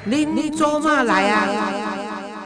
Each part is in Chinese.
恁祖妈来啊！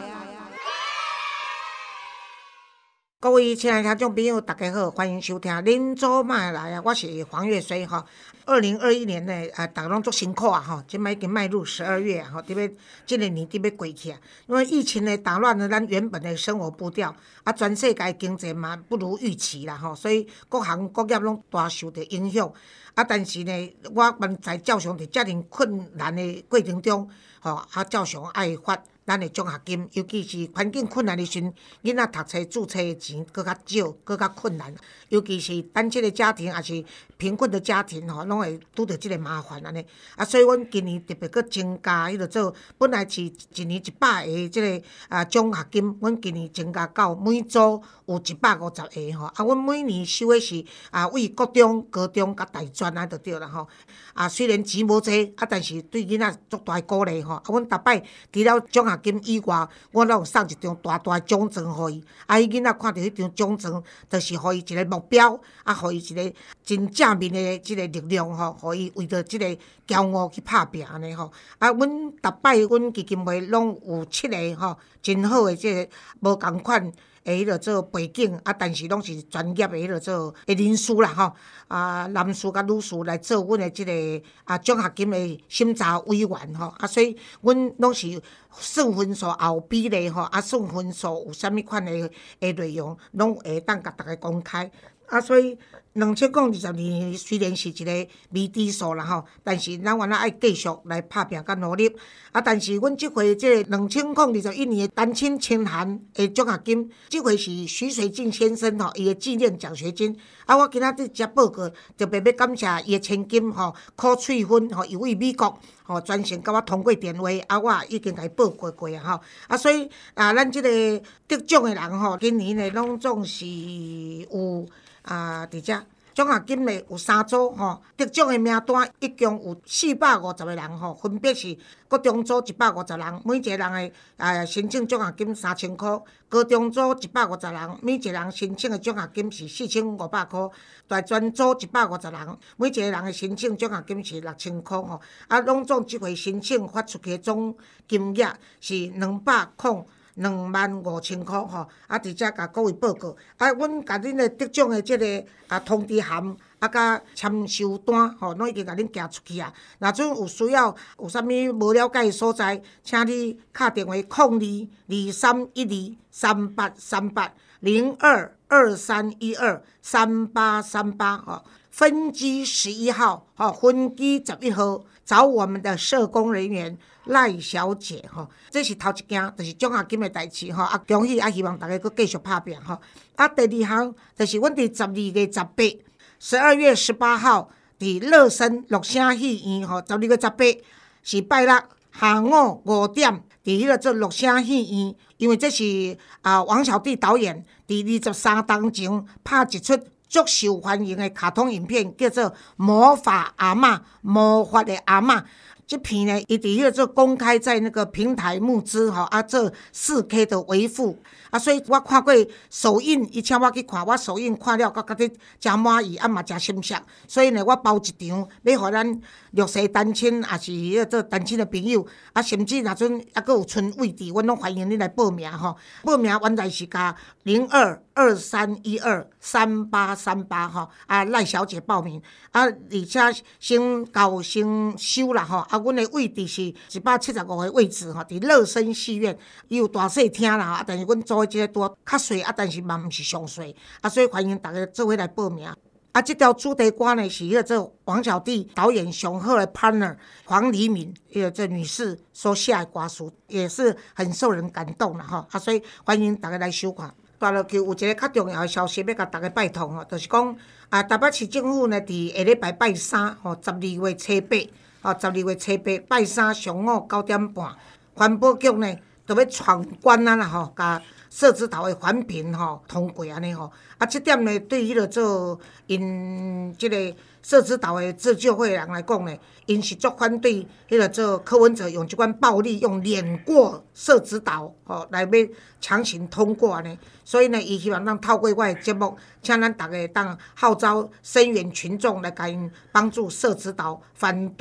各位亲爱的听众朋友，大家好，欢迎收听《恁祖妈来啊》，我是黄月水哈。2021年呢，大家拢足辛苦啊哈，即摆已经迈入12月啊，伫要即个年底要过去啊。因为疫情呢打乱了咱原本的生活步调，啊，全世界经济嘛不如预期啦吼，所以各行各业拢大受到影响。啊，但是呢，我们在照常伫遮尔困难的过程中，吼，照常爱发咱的奖学金，尤其是环境困难的时阵，囡仔读册注册的钱搁较少，搁较困难。尤其是单亲的家庭，也是贫困的家庭，吼，拢会拄着即个麻烦安尼。啊，所以阮今年特别搁增加迄个做，本来是一年100个即个奖学金，阮今年增加到每组有150个吼。啊，阮每年收的是为国中、高中甲大专就对啦吼。啊，虽然钱无济，但是对囡仔足大鼓励吼。啊，阮逐摆除了奖学金以外，我拢有送一张大大奖状互伊。啊，伊囡仔看到迄张奖状，就是互伊一个目标，互伊一个真正面的即个力量吼，互伊为着即个骄傲去拍拼安尼吼。啊，阮逐摆阮基金会拢有7个吼，真好的即个无共款。迄落做背景但是拢是专业的迄落做人士啦吼，男士甲女士来做阮的即个奖学金的审查委员吼，所以阮拢是算分数后比例吼，算分数有啥物款的内容，拢会当甲大家公开。所以2020年虽然是一个未知数啦吼，但是咱原来爱继续来拍拼甲努力。但是阮即回即个2021年的单亲清寒的奖学金，即回是徐水静先生吼伊的纪念奖学金。我今仔日只报告特别要感谢伊的千金吼柯翠芬吼，伊为美国吼专程甲我通过电话，我已经甲伊报告过啊吼。所以咱即个得奖的人吼，今年呢拢总是有伫遮奖学金的有3组吼，得奖的名单一共有450个人吼，分别是国中组150人，每一个人的申请奖学金3000块；高中组150人，每一个人申请的奖学金是4500块；大专组150人，每一个人的申请奖学金是6000块吼。拢总即回申请发出去的总金额是2,025,000块吼。伫遮甲各位报告。阮甲恁的得奖的即个通知函甲签收单吼，拢已经甲恁寄出去啊。若阵有需要有啥物无了解的所在，请你敲电话02231238380223123838吼。分机11号分机11号找我们的社工人员赖小姐吼，这是头一件，就是奖学金的代志吼。恭喜希望大家佫继续拍拼吼。第二项就是阮伫12月18，12月18号伫乐生乐声戏院吼，12月18是拜六下午5点，伫迄个做乐声戏院，因为这是王小弟导演伫23当前拍一出足受欢迎的卡通影片，叫做《魔法阿嬷》，魔法的阿嬷。这片呢，伊伫迄个做公开在那个平台募资吼，做4K 的维护所以我看过首映，伊请我去看，我首映看了，觉得真满意，嘛真欣赏，所以呢，我包一场，要互咱弱势单亲，也是迄个做单亲的朋友，甚至若阵佫有剩位置，阮拢欢迎你来报名吼。报名原来是加0223123838吼，赖小姐报名而且先到先收啦吼。阮的位置是175个位置吼，伫乐生戏院，伊有大细厅啦但是阮租的即个多较细但是嘛毋是上细所以欢迎大家做伙来报名。这条主题歌呢是迄个做王小弟导演上好的 partner 黄黎敏这女士所写的歌词，也是很受人感动啦吼所以欢迎大家来收看。大陆有一个较重要的消息要甲大家拜托吼，就是讲台北市政府呢伫下礼拜拜3吼，12月初8。12月初8拜3上午9点半，环保局呢就要闯关啦吼，甲社子岛的环评吼通过安尼吼。这点呢对迄个做因即个社子岛的自救会人来讲呢，因是足反对迄个做柯文哲用即款暴力用碾过社子岛来要强行通过呢。所以呢，伊希望咱透过我的节目，请咱大家当号召声援群众来甲因帮助社子岛反对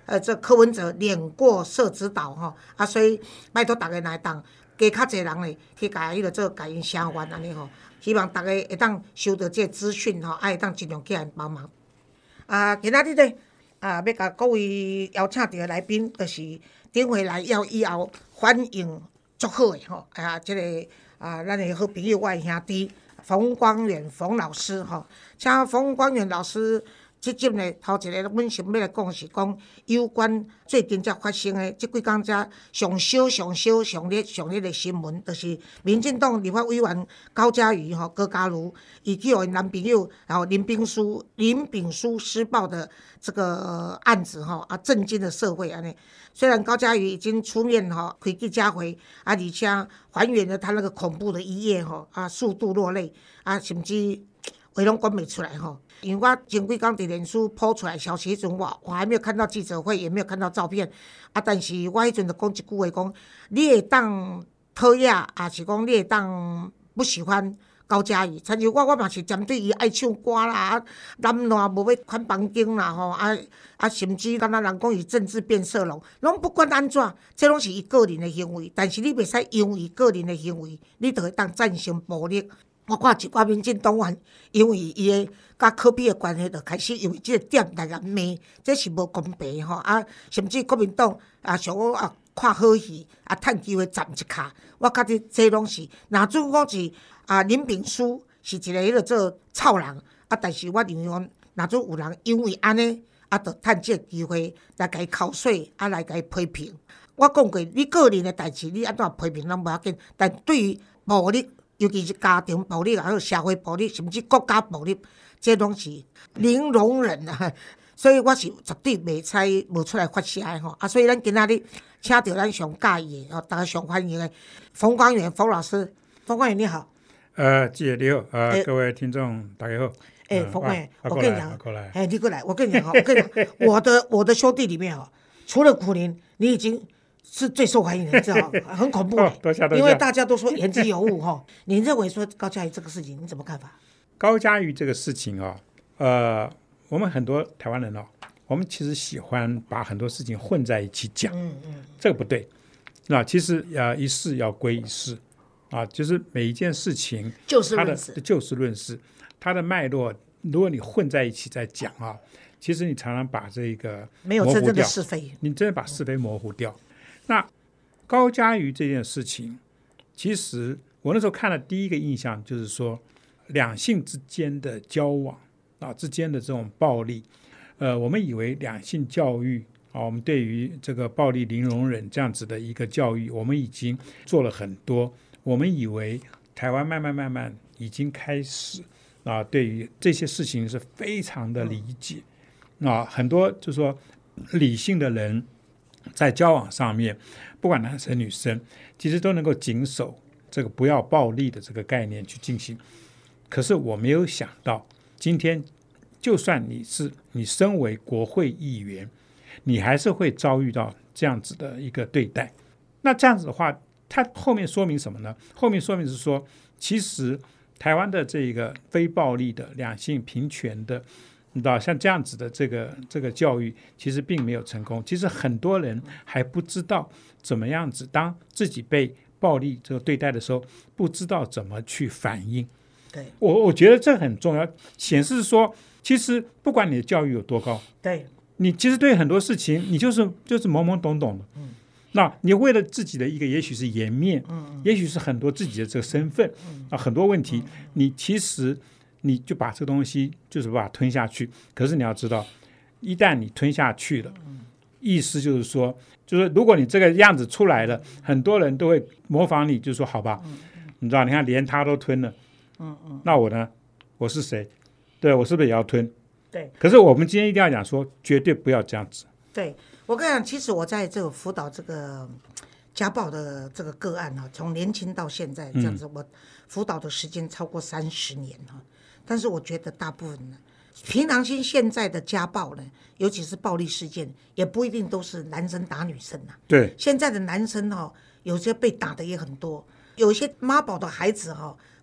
这柯文哲免过社指导所以拜托大家来当加较侪人咧去甲迄个做甲因声援安尼希望大家会当收到这资讯会当尽量去因帮忙。今仔日咧要甲各位邀请到的来宾，就是顶回来要以后反应足好的这个咱的好朋友我的兄弟冯光远冯老师请冯光远老师。即集呢，头一个阮想要来讲是讲有关最近才发生的即几天才上热的新闻，就是民进党立法委员高嘉瑜高嘉瑜，以及因男朋友林炳书施暴的这个案子震惊了社会安尼。虽然高嘉瑜已经出面开记者会而且还原了他那个恐怖的一页数度落泪甚至话拢讲不出来因为我前几天在脸书po出来消息时阵，我还没有看到记者会，也没有看到照片但是我迄阵就讲一句话，讲你会当讨厌是讲你会当不喜欢高嘉瑜，参像我嘛是针对伊爱唱歌啦男烂无要款房间啦甚至敢若人讲伊政治变色龙，拢不管安怎，这拢是伊个人的行为，但是你袂使因为个人的行为，你就会当战胜暴力。我看一寡民进党员因为伊的甲柯 P 的关系，就开始因为这个点来甲骂，这是无公平甚至国民党想看好戏趁机会站一卡。我觉得这拢是，若准讲是林炳书是一个迄个做臭人但是我认为讲，若准有人因为安尼就趁这个机会来甲伊口水来甲伊批评。我讲过，你个人的代志，你安怎批评拢无要紧，但对于暴力，尤其是家庭暴力还有社会暴力，甚至国家暴力，这拢是零容忍所以我是绝对袂使无出来发声的所以咱今仔日请到咱上介意的大家上欢迎的冯光远冯老师。冯光远你好。 姐你好各位听众大家好。 冯光远我跟你讲你过来我跟你讲我的兄弟里面除了苦苓，你已经是最受欢迎的，知道很恐怖多谢因为大家都说言之有物你认为说高嘉瑜这个事情你怎么看法？ 高嘉瑜这个事情我们很多台湾人我们其实喜欢把很多事情混在一起讲这个不对其实一事要归一事就是每一件事情就事论事它的脉络如果你混在一起在讲其实你常常把这个没有真正的是非， 你真的把是非模糊掉。那高嘉瑜这件事情，其实我那时候看了第一个印象就是说，两性之间的交往之间的这种暴力，我们以为两性教育我们对于这个暴力零容忍这样子的一个教育，我们已经做了很多。我们以为台湾慢慢已经开始对于这些事情是非常的理解很多就是说理性的人。在交往上面，不管男生女生，其实都能够谨守这个不要暴力的这个概念去进行。可是我没有想到，今天就算你身为国会议员，你还是会遭遇到这样子的一个对待。那这样子的话，它后面说明什么呢？后面说明是说，其实台湾的这个非暴力的两性平权的。你知道像这样子的这个教育其实并没有成功，其实很多人还不知道怎么样子当自己被暴力这个对待的时候，不知道怎么去反应。 对， 我觉得这很重要，显示说其实不管你的教育有多高， 对， 你其实对很多事情你就是懵懵懂懂的那你为了自己的一个也许是颜面也许是很多自己的这个身份很多问题你其实你就把这个东西就是把它吞下去。可是你要知道，一旦你吞下去了，意思就是说，就是如果你这个样子出来了，很多人都会模仿你，就是说好吧，你知道，你看连他都吞了，那我呢？我是谁？对，我是不是也要吞？ 对。 可是我们今天一定要讲说，绝对不要这样子。 对，我跟你讲，其实我在这个辅导这个家暴的这个个案从年轻到现在这样子，我辅导的时间超过30年但是我觉得大部分呢，平常心现在的家暴呢，尤其是暴力事件，也不一定都是男生打女生对， 现在的男生有些被打的也很多，有些妈宝的孩子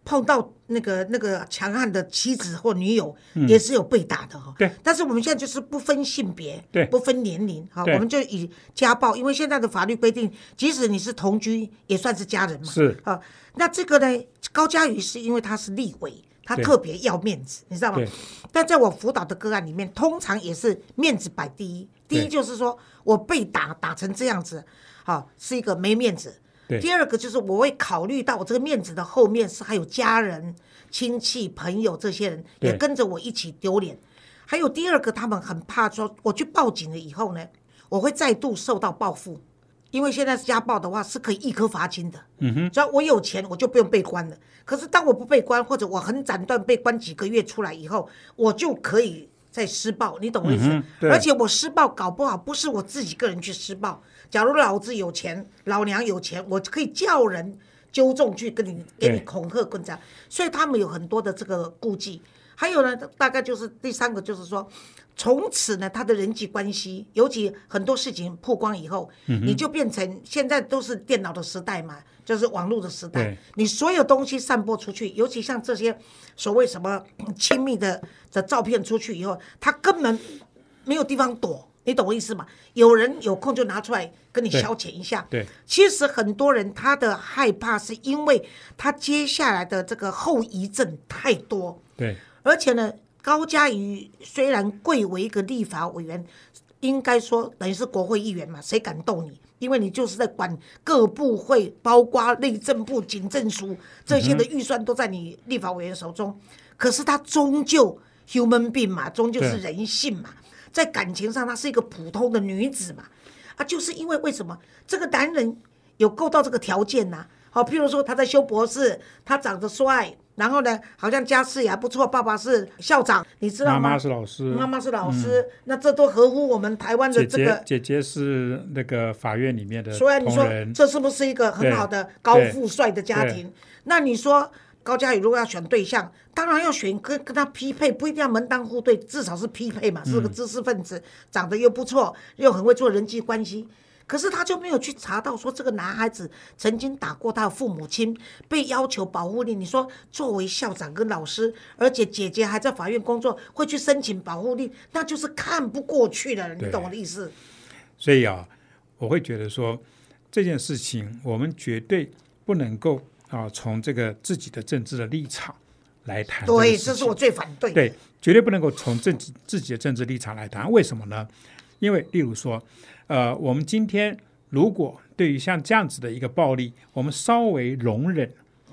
碰到那个强悍的妻子或女友，也是有被打的哈。 对。 但是我们现在就是不分性别， 对， 不分年龄，好，我们就以家暴，因为现在的法律规定，即使你是同居，也算是家人嘛。 是啊，那这个呢，高嘉瑜是因为他是立委，他特别要面子，你知道吗？但在我辅导的个案里面，通常也是面子摆第一。第一就是说我被打成这样子，好，是一个没面子。第二个就是我会考虑到我这个面子的后面是还有家人、亲戚、朋友这些人也跟着我一起丢脸。还有第二个，他们很怕说我去报警了以后呢，我会再度受到报复，因为现在家暴的话是可以一颗罚金的。只要我有钱，我就不用被关了。可是当我不被关，或者我很斩断被关几个月出来以后，我就可以再施暴，你懂我意思？而且我施暴搞不好不是我自己个人去施暴，假如老子有钱，老娘有钱，我可以叫人纠众去给你恐吓跟这样，所以他们有很多的这个顾忌。还有呢，大概就是第三个，就是说，从此呢，他的人际关系，尤其很多事情曝光以后，你就变成现在都是电脑的时代嘛，就是网络的时代，你所有东西散播出去，尤其像这些所谓什么亲密的照片出去以后，他根本没有地方躲。你懂我意思吗？有人有空就拿出来跟你消遣一下。 对， 其实很多人他的害怕是因为他接下来的这个后遗症太多。 对， 而且呢，高嘉瑜虽然贵为一个立法委员，应该说等于是国会议员嘛，谁敢动你？因为你就是在管各部会，包括内政部、警政署这些的预算都在你立法委员手中。可是他终究 human being 嘛，终究是人性嘛。在感情上，她是一个普通的女子嘛，就是因为什么这个男人有够到这个条件呐？好，譬如说他在修博士，他长得帅，然后呢，好像家世也还不错，爸爸是校长，你知道吗？ 妈妈是老师， 那这都合乎我们台湾的这个。 姐姐是那个法院里面的同仁。 所以你说这是不是一个很好的高富帅的家庭？那你说高嘉瑜如果要选对象，当然要选跟他匹配，不一定要门当户对，至少是匹配嘛，是个知识分子，长得又不错，又很会做人际关系。可是他就没有去查到说这个男孩子曾经打过他的父母亲，被要求保护令。你说作为校长跟老师，而且姐姐还在法院工作，会去申请保护令，那就是看不过去了，你懂我的意思？ 所以我会觉得说这件事情我们绝对不能够从这个自己的政治的立场来谈。 对，这是我最反对的。 对，绝对不能够从自己的政治立场来谈。为什么呢？因为例如说我们今天如果对于像这样子的一个暴力，我们稍微容忍，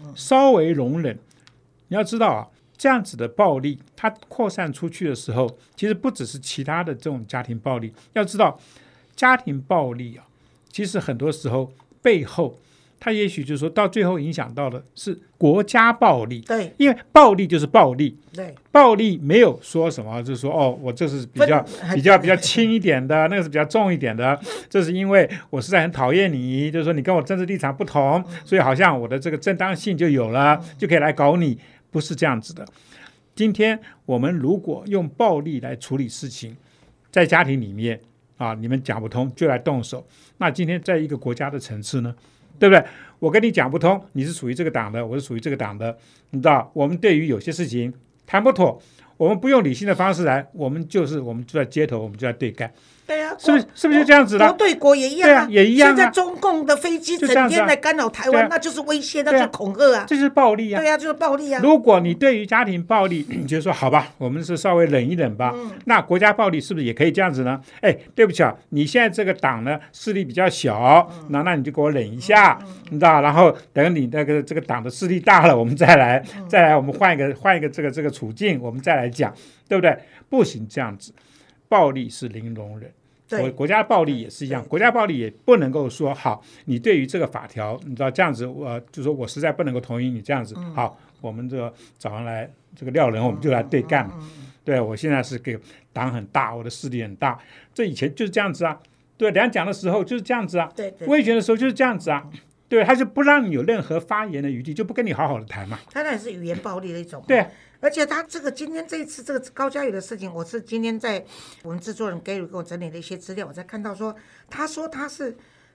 你要知道这样子的暴力它扩散出去的时候，其实不只是其他的这种家庭暴力。要知道家庭暴力其实很多时候背后它也许就是说到最后影响到的是国家暴力。 对， 因为暴力就是暴力。 对， 暴力没有说什么就是说我这是比较轻一点的，那个是比较重一点的，这是因为我实在很讨厌你，就是说你跟我政治立场不同，所以好像我的这个正当性就有了，就可以来搞你。不是这样子的。今天我们如果用暴力来处理事情，在家庭里面你们讲不通就来动手，那今天在一个国家的层次呢，对不对？我跟你讲不通，你是属于这个党的，我是属于这个党的，你知道，我们对于有些事情谈不妥，我们不用理性的方式来，我们就在街头，我们就在对干。 对啊， 是不是就这样子的？ 国对国也一样也一样。 现在中共的飞机整天来干扰台湾，那就是威胁，那就是恐吓啊， 这就是暴力啊。 对啊，就是暴力啊。 如果你对于家庭暴力，你就说好吧，我们是稍微忍一忍吧。那国家暴力是不是也可以这样子呢？对不起你现在这个党呢势力比较小，那你就给我忍一下，你知道？然后等你这个党的势力大了，我们再来，我们换一个这个处境，我们再来讲，对不对？不行，这样子，暴力是零容忍。国家暴力也是一样，国家暴力也不能够说好，你对于这个法条，你知道这样子，就说我实在不能够同意你这样子。好，我们这个早上来这个撂人，我们就来对干。对，我现在是给党很大，我的势力很大，这以前就是这样子啊。对，两蒋的时候就是这样子啊，威权的时候就是这样子啊。对，他就不让你有任何发言的余地，就不跟你好好的谈嘛。 他那也是语言暴力的一种。 对。 而且他今天这一次这个高嘉瑜的事情，我是今天在我们制作人 Gary 给我整理了一些资料，我才看到说，他说他是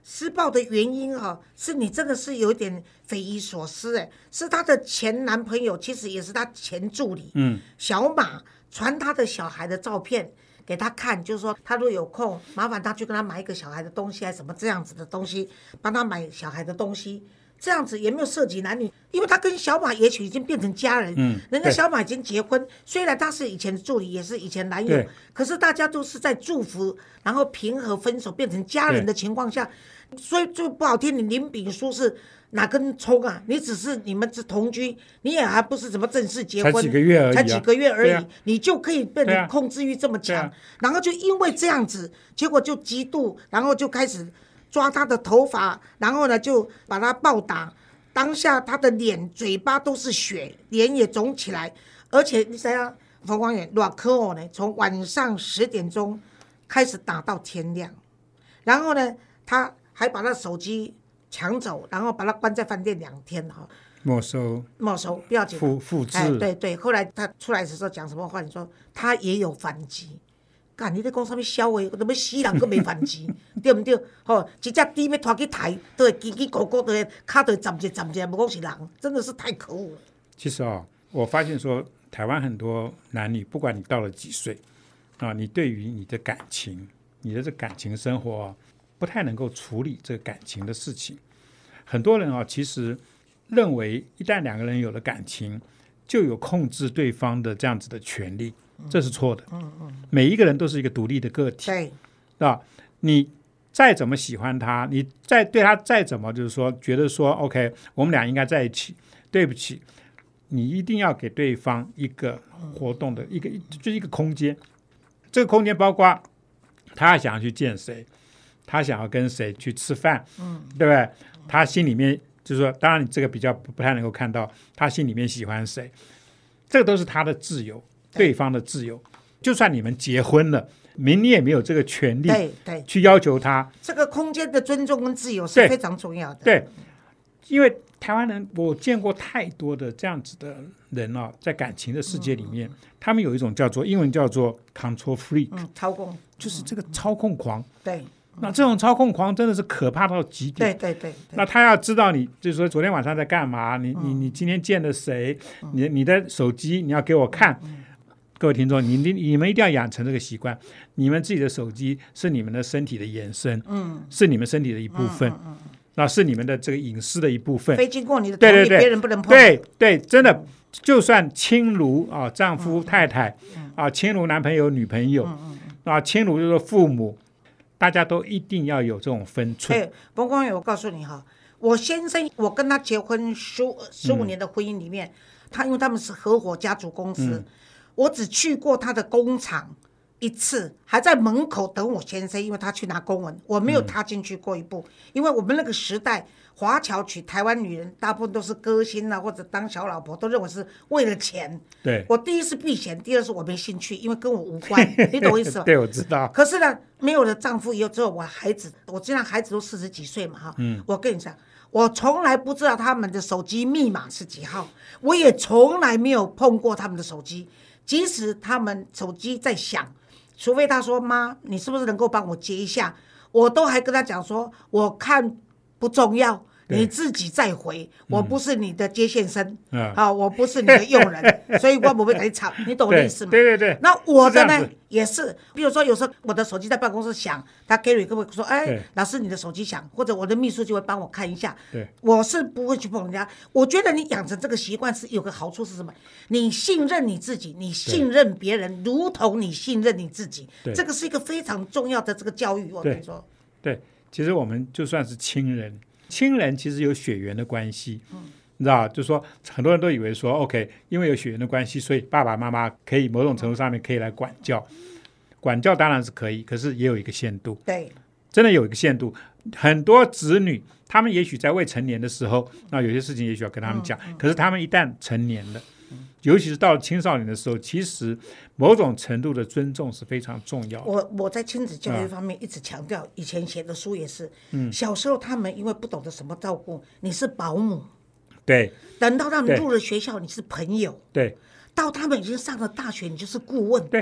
施暴的原因是你真的是有点匪夷所思是她的前男朋友，其实也是她前助理，小马传她的小孩的照片给她看，就是说她如果有空，麻烦她去跟她买一个小孩的东西，还是什么这样子的东西，帮她买小孩的东西。这样子也没有涉及男女，因为他跟小马也许已经变成家人，人家小马已经结婚，虽然他是以前的助理，也是以前男友，可是大家都是在祝福，然后平和分手变成家人的情况下，所以就不好听，你林炳书是哪根葱啊？你只是你们是同居，你也还不是什么正式结婚， 才几个月而已， 才几个月而已，你就可以变成控制欲这么强，然后就因为这样子，结果就嫉妒，然后就开始抓他的头发，然后呢就把他暴打，当下他的脸嘴巴都是血，脸也肿起来，而且你想想冯光远多可恶呢，从晚上10点钟开始打到天亮，然后呢他还把他手机抢走，然后把他关在饭店2天没收不要紧， 复制， 对对，后来他出来的时候讲什么话？你说他也有反击。干你在讲什么笑话？怎么死人都没反击，对不对？一只猪要拖去抬，都会叽叽咕咕的，脚都会站一站一，不讲是人，真的是太可恶了。 其实我发现说，台湾很多男女，不管你到了几岁你对于你的感情，你的这感情生活不太能够处理这个感情的事情。很多人其实认为，一旦2个人有了感情，就有控制对方的这样子的权利。这是错的。每一个人都是一个独立的个体，对，你再怎么喜欢他，你再对他再怎么就是说觉得说 OK 我们俩应该在一起，对不起，你一定要给对方一个活动的就是一个空间。这个空间包括他想要去见谁，他想要跟谁去吃饭，对不对？他心里面就是说，当然你这个比较不太能够看到他心里面喜欢谁，这个都是他的自由，对方的自由。就算你们结婚了，你也没有这个权利去要求他。 这个空间的尊重跟自由是非常重要的。 对，因为台湾人，我见过太多的这样子的人在感情的世界里面，他们有一种英文叫做 control freak， 操控， 就是这个操控狂。 对。 那这种操控狂真的是可怕到极点。 对。 那他要知道你，就是说昨天晚上在干嘛，你今天见了谁，你的手机你要给我看。各位听众，你们一定要养成这个习惯，你们自己的手机是你们的身体的延伸，是你们身体的一部分，那是你们的这个隐私的一部分， 非经过你的同意，别人不能碰。 对，真的，就算亲如丈夫太太亲如男朋友女朋友亲如就是父母，大家都一定要有这种分寸。 冯光远，我告诉你我先生，我跟他结婚15年的婚姻里面，因为他们是合伙家族公司，我只去过他的工厂1次，还在门口等我先生，因为他去拿公文，我没有踏进去过一步，因为我们那个时代，华侨娶台湾女人大部分都是歌星或者当小老婆，都认为是为了钱。 对， 我第一是避嫌，第二是我没兴趣，因为跟我无关，你懂我意思吗？ 对，我知道。 可是呢，没有了丈夫以后，只有我孩子，我这样孩子都40几岁嘛我跟你讲，我从来不知道他们的手机密码是几号，我也从来没有碰过他们的手机，即使他们手机在响，除非他说妈，你是不是能够帮我接一下，我都还跟他讲说，我看不重要，你自己再回，我不是你的接线生我不是你的佣人所以我不会跟你吵，你懂我的意思吗？ 对。 那我的呢也是，比如说有时候我的手机在办公室响，他 Gary 会说老师你的手机响，或者我的秘书就会帮我看一下，我是不会去碰人家。我觉得你养成这个习惯是有个好处是什么？你信任你自己，你信任别人如同你信任你自己，这个是一个非常重要的这个教育。我跟你说， 对，其实我们就算是亲人其实有血缘的关系，你知道，就是说很多人都以为说 OK， 因为有血缘的关系，所以爸爸妈妈可以某种程度上面可以来管教当然是可以，可是也有一个限度。 对， 真的有一个限度。很多子女他们也许在未成年的时候，那有些事情也许要跟他们讲，可是他们一旦成年了，尤其是到了青少年的时候，其实某种程度的尊重是非常重要的。 我在亲子教育方面一直强调，以前写的书也是，小时候他们因为不懂得什么照顾，你是保姆， 对， 等到他们入了学校，你是朋友， 对， 到他们已经上了大学，你就是顾问， 对。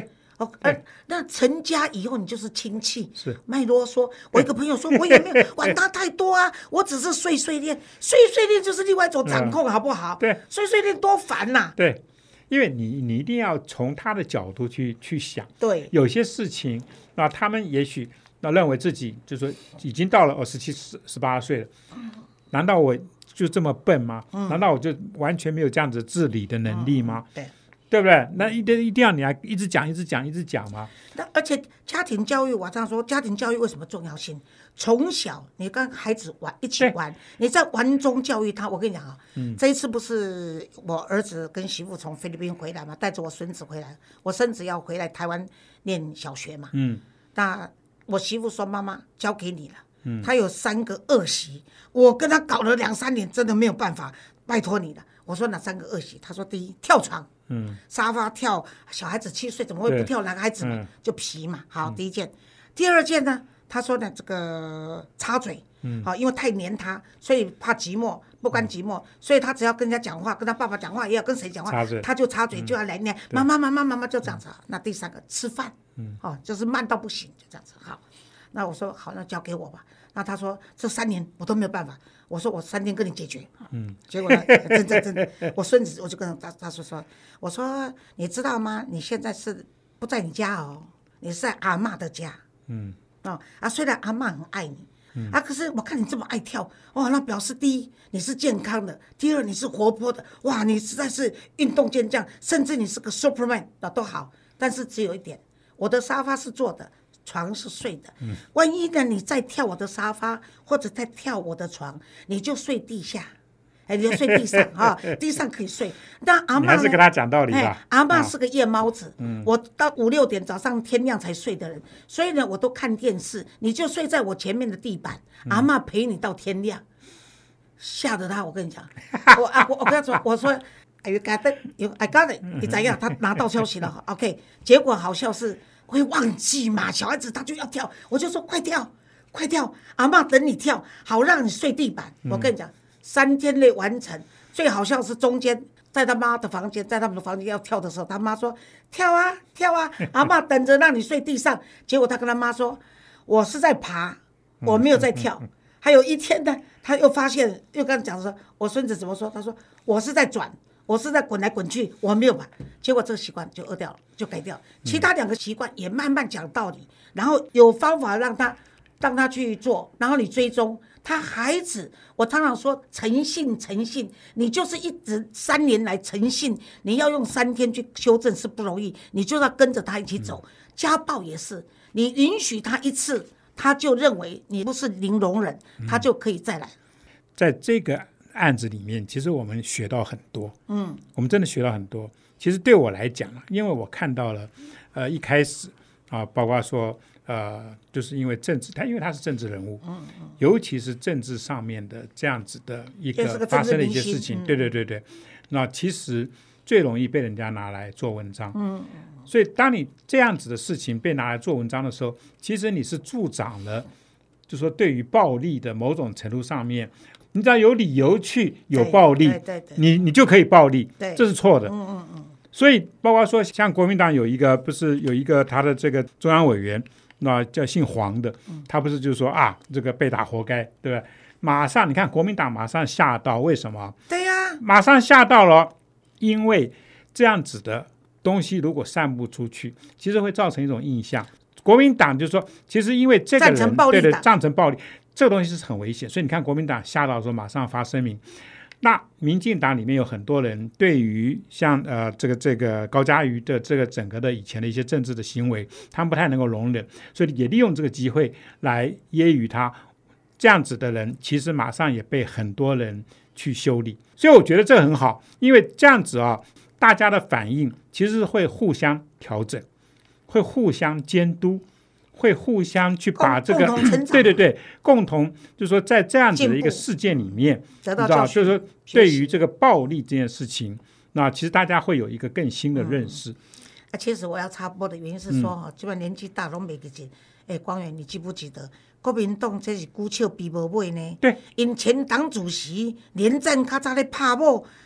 那成家以后你就是亲戚， 是卖啰嗦。我一个朋友说，我也没有管他太多啊，我只是碎碎念，碎碎念就是另外一种掌控，好不好？ 对， 碎碎念多烦呐。 对，因为你一定要从他的角度去想， 对， 有些事情那他们也许认为自己就是说已经到了17、18岁了，难道我就这么笨吗？难道我就完全没有这样子治理的能力吗？对不对？那一定要你还一直讲吗？ 那而且家庭教育，我常说家庭教育为什么重要性？从小你跟孩子一起玩，你在玩中教育他。我跟你讲啊，这一次不是我儿子跟媳妇从菲律宾回来嘛，带着我孙子回来，我孙子要回来台湾念小学嘛，那我媳妇说妈妈交给你了，他有3个恶习，我跟他搞了2-3年，真的没有办法，拜托你了。我说哪3个恶习？他说第一，跳床，沙发跳，小孩子7岁怎么会不跳？男孩子嘛，就皮嘛。好，第一件。第二件呢，他说呢，这个插嘴，好，因为太黏他，所以怕寂寞，不甘寂寞，所以他只要跟人家讲话，跟他爸爸讲话，也要跟谁讲话，他就插嘴，就要来念妈妈，就这样子。那第3个，吃饭，就是慢到不行，就这样子。好，那我说好，那交给我吧。那他说这3年我都没有办法。我说我3天跟你解决，结果呢，真的，我孙子我就跟他说，我说你知道吗？你现在是不在你家哦，你是在阿嬷的家，虽然阿嬷很爱你，可是我看你这么爱跳，那表示第一你是健康的，第二你是活泼的，哇，你实在是运动健将，甚至你是个 Superman 都好，但是只有一点，我的沙发是坐的。床是睡的，万一呢你再跳我的沙发或者再跳我的床，你就睡地下，你就睡地上地上可以睡。那阿嬷呢， 你还是跟他讲道理吧。 阿嬷是个夜猫子，我到5、6点早上天亮才睡的人，所以呢我都看电视，你就睡在我前面的地板，阿嬷陪你到天亮，吓得他。我跟你讲，我跟他说，我说I got it，你怎样？他拿到消息了，OK。结果好笑是。会忘记嘛？小孩子他就要跳，我就说快跳，阿嬷等你跳，好让你睡地板。我跟你讲，3天内完成。最好笑是中间在他妈的房间，在他们的房间要跳的时候，他妈说跳啊，阿嬷等着让你睡地上。结果他跟他妈说，我是在爬，我没有在跳。还有一天呢，他又发现，又跟他讲说，我孙子怎么说？他说我是在转。我是在滚来滚去，我没有把，结果这个习惯就掉了，就改掉。其他2个习惯也慢慢讲道理，然后有方法让他去做，然后你追踪他孩子。我常常说诚信，你就是一直3年来诚信，你要用3天去修正是不容易，你就要跟着他一起走。家暴也是，你允许他1次，他就认为你不是零容忍，他就可以再来。 在这个案子里面，其实我们学到很多，我们真的学到很多。其实对我来讲，因为我看到了，一开始包括说，就是因为政治，因为他是政治人物，尤其是政治上面的这样子的一个发生的一些事情，对，那其实最容易被人家拿来做文章，所以当你这样子的事情被拿来做文章的时候，其实你是助长了，就是说对于暴力的某种程度上面。你只要有理由去有暴力，你就可以暴力，这是错的。所以包括说，像国民党有一个他的这个中央委员，那叫姓黄的，他不是就是说这个被打活该，对吧？马上你看国民党马上吓到，为什么？ 对呀， 马上吓到了，因为这样子的东西如果散布出去，其实会造成一种印象。国民党就是说，其实因为这个人赞成暴力。这个东西是很危险，所以你看国民党吓到的时候马上发声明。那民进党里面有很多人对于像这个高嘉瑜的这个整个的以前的一些政治的行为，他们不太能够容忍，所以也利用这个机会来揶揄他。这样子的人其实马上也被很多人去修理，所以我觉得这很好，因为这样子大家的反应其实会互相调整，会互相监督。会互相去把这个对，共同就是说在这样子的一个事件里面， 得到教训， 就是说对于这个暴力这件事情，那其实大家会有一个更新的认识。 其实我要插播的原因是说，基本年纪大都没记得。光远，你记不记得国民党这是孤笑比无尾呢？ 对， 因前党主席连战较早咧拍某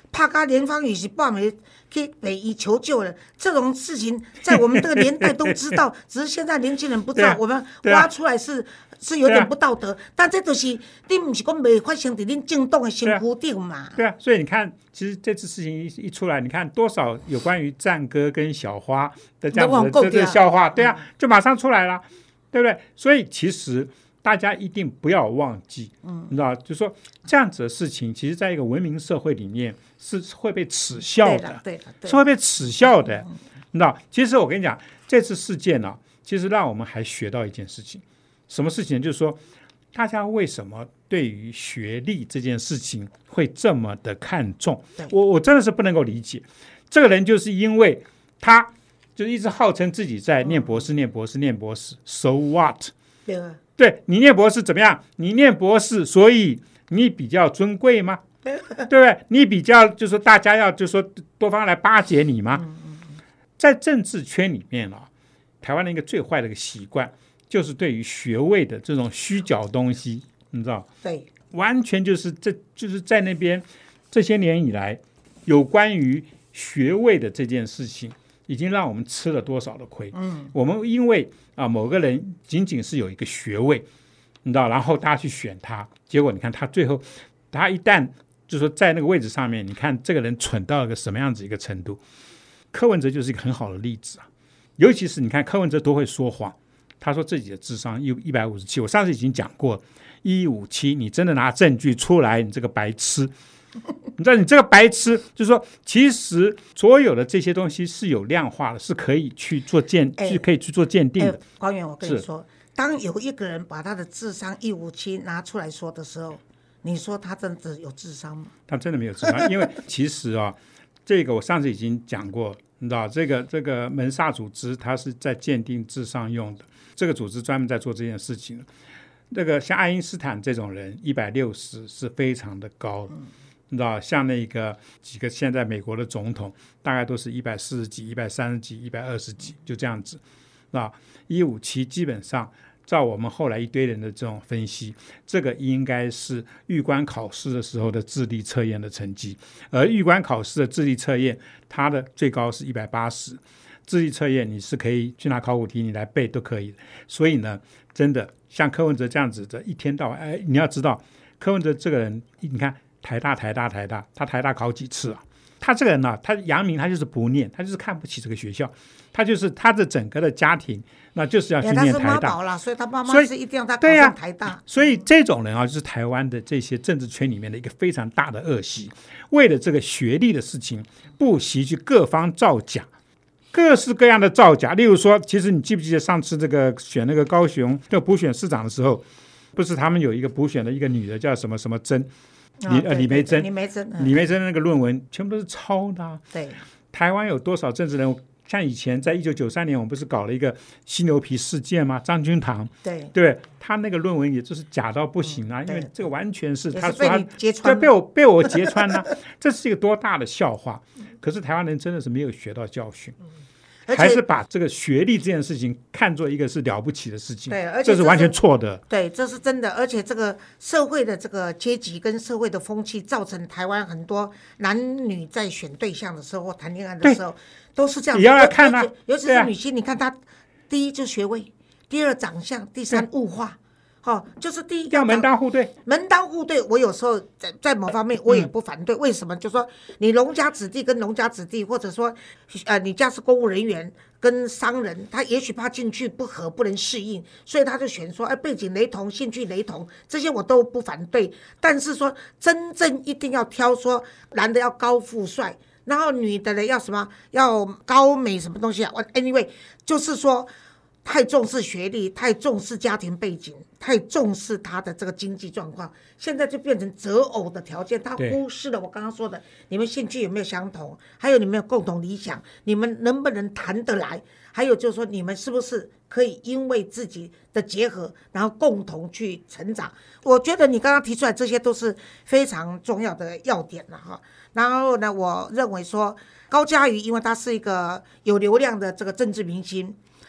怕他连方宇是半暝去北医求救了，这种事情在我们这个年代都知道，只是现在年轻人不知道，我们挖出来是有点不道德，但这就是你不是讲没发生在你政党的身躯顶嘛？ 对啊，所以你看，其实这次事情一出来，你看多少有关于战歌跟小花的这样子的这个笑话，对啊，就马上出来了，对不对？所以其实大家一定不要忘记，你知道，就是说这样子的事情，其实在一个文明社会里面是会被耻笑的，是会被耻笑的，你知道？其实我跟你讲，这次事件呢，其实让我们还学到一件事情，什么事情？就是说，大家为什么对于学历这件事情会这么的看重？我真的是不能够理解。这个人就是因为他就一直号称自己在念博士、念博士、念博士 ，so what？对，你念博士怎么样？你念博士，所以你比较尊贵吗？对不对？你比较就是说大家要就是说多方来巴结你吗？在政治圈里面啊，台湾的一个最坏的一个习惯，就是对于学位的这种虚假东西，你知道？ 对， 完全就是就是在那边这些年以来，有关于学位的这件事情，已经让我们吃了多少的亏。我们因为某个人仅仅是有一个学位，你知道，然后大家去选他，结果你看他最后，他一旦就是说在那个位置上面，你看这个人蠢到一个什么样子一个程度。柯文哲就是一个很好的例子啊，尤其是你看柯文哲多会说谎，他说自己的智商157，我上次已经讲过157，你真的拿证据出来，你这个白痴。你知道你这个白痴，就是说，其实所有的这些东西是有量化的，是可以去做可以去做鉴定的。 官员，我跟你说，当有一个人把他的智商157拿出来说的时候，你说他真的有智商吗？ 他真的没有智商，因为其实这个我上次已经讲过，你知道，这个门萨组织，它是在鉴定智商用的，这个组织专门在做这件事情的。那个像爱因斯坦这种人160是非常的高的。你知道，像那个几个现在美国的总统，大概都是140几、130几、120几，就这样子。157基本上照我们后来一堆人的这种分析，这个应该是预官考试的时候的智力测验的成绩，而预官考试的智力测验，它的最高是180。智力测验你是可以去拿考古题，你来背都可以。所以呢，真的像柯文哲这样子的，一天到晚，你要知道，柯文哲这个人，你看。台大，他台大考几次啊？他这个人他阳明他就是不念，他就是看不起这个学校，他就是他的整个的家庭，那就是要去念台大。他是妈宝啦， 所以他妈妈是一定要他考上台大。 所以这种人就是台湾的这些政治圈里面的一个非常大的恶习，为了这个学历的事情，不惜去各方造假，各式各样的造假。例如说，其实你记不记得上次这个选那个高雄就补选市长的时候，不是他们有一个补选的一个女的叫什么什么珍。李梅珍的那个论文全部都是抄的。 对， 台湾有多少政治人物？像以前在1993年，我们不是搞了一个犀牛皮事件吗？张君堂，对，他那个论文也就是假到不行啊，因为这个完全是他说他被我揭穿了，这是一个多大的笑话！可是台湾人真的是没有学到教训。还是把这个学历这件事情看作一个是了不起的事情， 对，而且这是完全错的。 对，这是真的，而且这个社会的这个阶级跟社会的风气，造成台湾很多男女在选对象的时候或谈恋爱的时候都是这样子。 你要来看啊， 尤其是女性，你看她第一就是学位，第二长相，第三物化。就是第一个要门当户对， 我有时候在某方面我也不反对。为什么？就说你农家子弟跟农家子弟，或者说你家是公务人员跟商人，他也许怕进去不合，不能适应，所以他就选说背景雷同，兴趣雷同，这些我都不反对。但是说真正一定要挑说男的要高富帅，然后女的呢要什么要高美什么东西啊 ？Anyway， 就是说。太重视学历，太重视家庭背景，太重视他的这个经济状况，现在就变成择偶的条件。他忽视了我刚刚说的，你们兴趣有没有相同，还有你们有共同理想，你们能不能谈得来，还有就是说你们是不是可以因为自己的结合，然后共同去成长。我觉得你刚刚提出来这些都是非常重要的要点了哈。然后呢，我认为说高嘉瑜因为他是一个有流量的这个政治明星。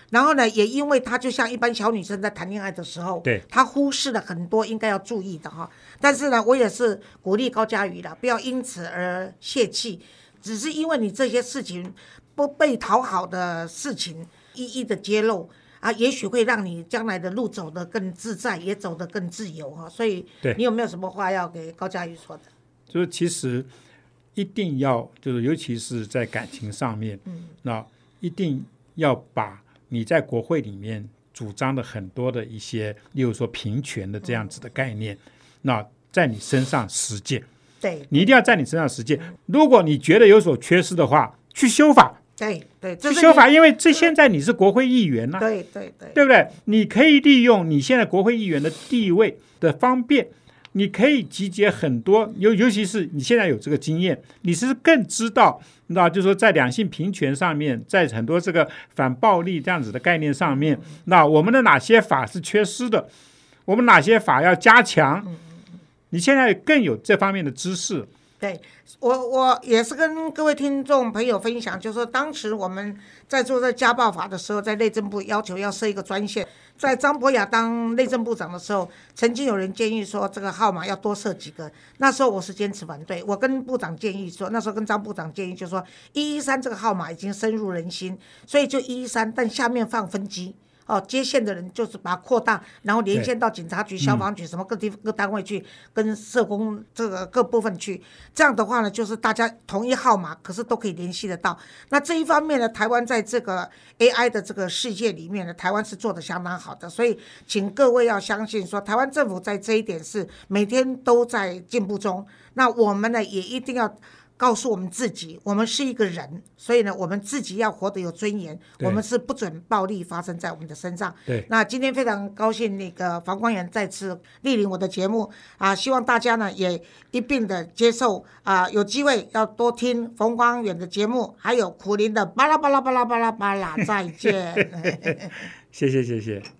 然后呢，也因为他就像一般小女生在谈恋爱的时候， 对， 他忽视了很多应该要注意的哈。但是呢，我也是鼓励高嘉瑜的，不要因此而泄气，只是因为你这些事情不被讨好的事情一一的揭露啊，也许会让你将来的路走得更自在，也走得更自由哈。所以，你有没有什么话要给高嘉瑜说的？ 就是其实一定要，就是尤其是在感情上面，那一定要把你在国会里面主张的很多的一些，例如说平权的这样子的概念，那在你身上实践。 对， 你一定要在你身上实践。如果你觉得有所缺失的话，去修法。 对， 去修法，因为现在你是国会议员啊， 对不对？你可以利用你现在国会议员的地位的方便，你可以集结很多，尤其是你现在有这个经验，你是更知道，那就是说在两性平权上面，在很多这个反暴力这样子的概念上面，那我们的哪些法是缺失的，我们哪些法要加强，你现在更有这方面的知识。 对，我也是跟各位听众朋友分享，就是说当时我们在做这家暴法的时候，在内政部要求要设一个专线，在张博雅当内政部长的时候，曾经有人建议说这个号码要多设几个，那时候我是坚持反对，我跟部长建议说，那时候跟张部长建议就是说113这个号码已经深入人心，所以就113，但下面放分机。接线的人就是把它扩大，然后连线到警察局、消防局什么各单位去，跟社工这个各部分去。这样的话呢，就是大家同一号码，可是都可以联系得到。那这一方面呢，台湾在这个 AI 的这个世界里面呢，台湾是做得相当好的。所以，请各位要相信说，台湾政府在这一点是每天都在进步中。那我们呢，也一定要告诉我们自己，我们是一个人，所以呢，我们自己要活得有尊严，我们是不准暴力发生在我们的身上。 对， 那今天非常高兴那个房光远再次莅临我的节目啊，希望大家呢也一并的接受啊，有机会要多听冯光远的节目，还有苦苓的巴拉巴拉巴拉巴拉巴拉，再见。 谢谢。